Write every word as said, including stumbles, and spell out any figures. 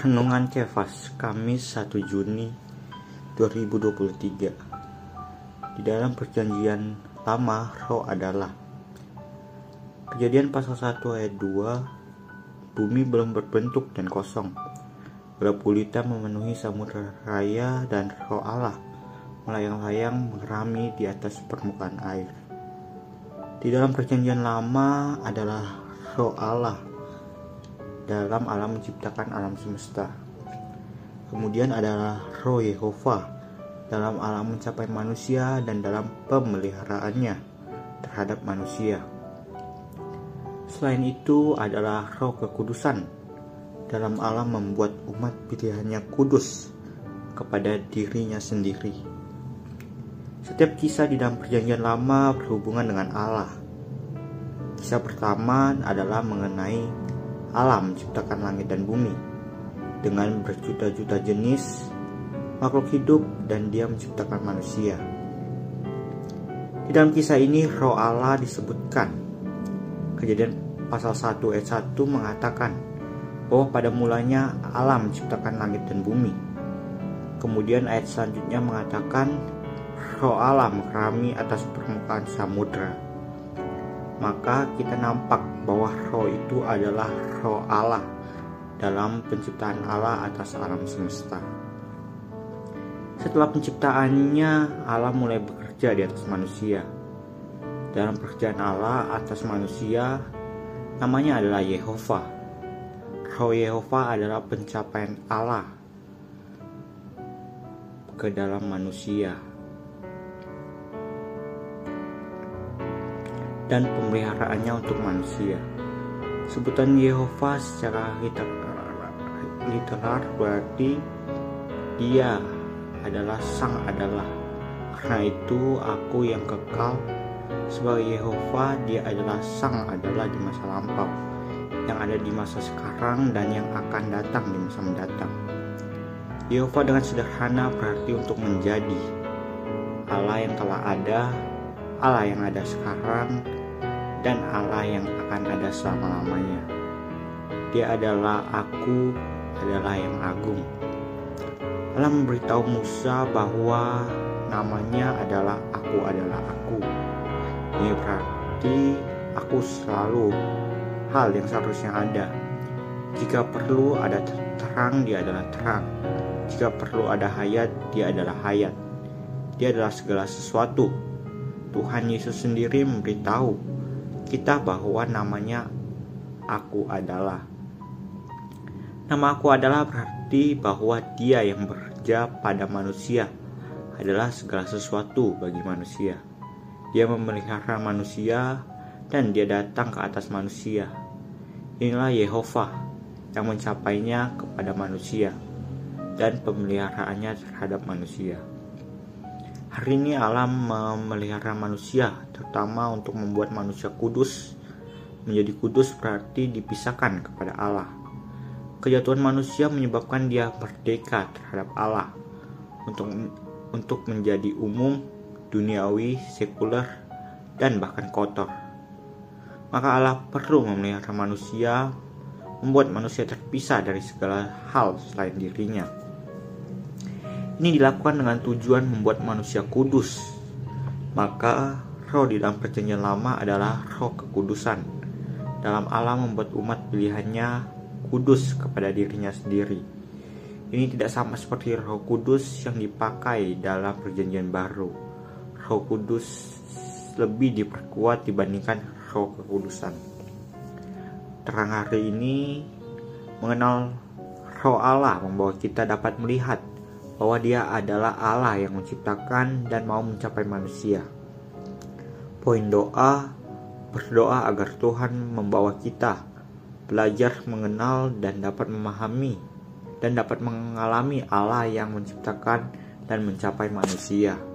Renungan Kefas, Kamis satu Juni dua ribu dua puluh tiga. Di dalam perjanjian lama, Roh adalah. Kejadian pasal satu ayat dua. Bumi belum berbentuk dan kosong. Gelap gulita memenuhi samudera raya dan Roh Allah melayang-layang mengerami di atas permukaan air. Di dalam perjanjian lama adalah Roh Allah dalam alam menciptakan alam semesta. Kemudian adalah Roh Yehova dalam alam mencapai manusia dan dalam pemeliharaannya terhadap manusia. Selain itu adalah Roh Kekudusan dalam alam membuat umat pilihannya kudus kepada dirinya sendiri. Setiap kisah di dalam perjanjian lama berhubungan dengan Allah. Kisah pertama adalah mengenai Allah menciptakan langit dan bumi dengan berjuta-juta jenis makhluk hidup, dan dia menciptakan manusia. Di dalam kisah ini Roh Allah disebutkan. Kejadian pasal satu ayat satu mengatakan bahwa pada mulanya Allah menciptakan langit dan bumi. Kemudian ayat selanjutnya mengatakan Roh Allah mengerami atas permukaan samudra. Maka kita nampak bahwa Roh itu adalah Roh Allah dalam penciptaan Allah atas alam semesta. Setelah penciptaannya, Allah mulai bekerja di atas manusia. Dalam pekerjaan Allah atas manusia, namanya adalah Yehova. Roh Yehova adalah pencapaian Allah ke dalam manusia dan pemeliharaannya untuk manusia. Sebutan Yehova secara literal berarti dia adalah sang adalah. Karena itu aku yang kekal sebagai Yehova, dia adalah sang adalah di masa lampau, yang ada di masa sekarang, dan yang akan datang di masa mendatang. Yehova dengan sederhana berarti untuk menjadi. Allah yang telah ada, Allah yang ada sekarang, dan Allah yang akan ada selama-lamanya. Dia adalah aku, adalah yang agung. Allah memberitahu Musa bahwa namanya adalah aku adalah aku. Ini berarti aku selalu hal yang seharusnya ada. Jika perlu ada terang, dia adalah terang. Jika perlu ada hayat, dia adalah hayat. Dia adalah segala sesuatu. Tuhan Yesus sendiri memberitahu kita bahwa namanya aku adalah. Nama aku adalah berarti bahwa dia yang bekerja pada manusia adalah segala sesuatu bagi manusia. Dia memelihara manusia dan dia datang ke atas manusia. Inilah Yehova yang mencapainya kepada manusia dan pemeliharaannya terhadap manusia. Hari ini Allah memelihara manusia, terutama untuk membuat manusia kudus. Menjadi kudus berarti dipisahkan kepada Allah. Kejatuhan manusia menyebabkan dia merdeka terhadap Allah untuk untuk menjadi umum, duniawi, sekuler, dan bahkan kotor. Maka Allah perlu memelihara manusia, membuat manusia terpisah dari segala hal selain dirinya. Ini dilakukan dengan tujuan membuat manusia kudus. Maka roh di dalam perjanjian lama adalah roh kekudusan. Dalam Allah membuat umat pilihannya kudus kepada dirinya sendiri. Ini tidak sama seperti Roh Kudus yang dipakai dalam perjanjian baru. Roh Kudus lebih diperkuat dibandingkan roh kekudusan. Terang hari ini mengenal Roh Allah membawa kita dapat melihat bahwa dia adalah Allah yang menciptakan dan mau mencapai manusia. Poin doa, berdoa agar Tuhan membawa kita belajar mengenal dan dapat memahami dan dapat mengalami Allah yang menciptakan dan mencapai manusia.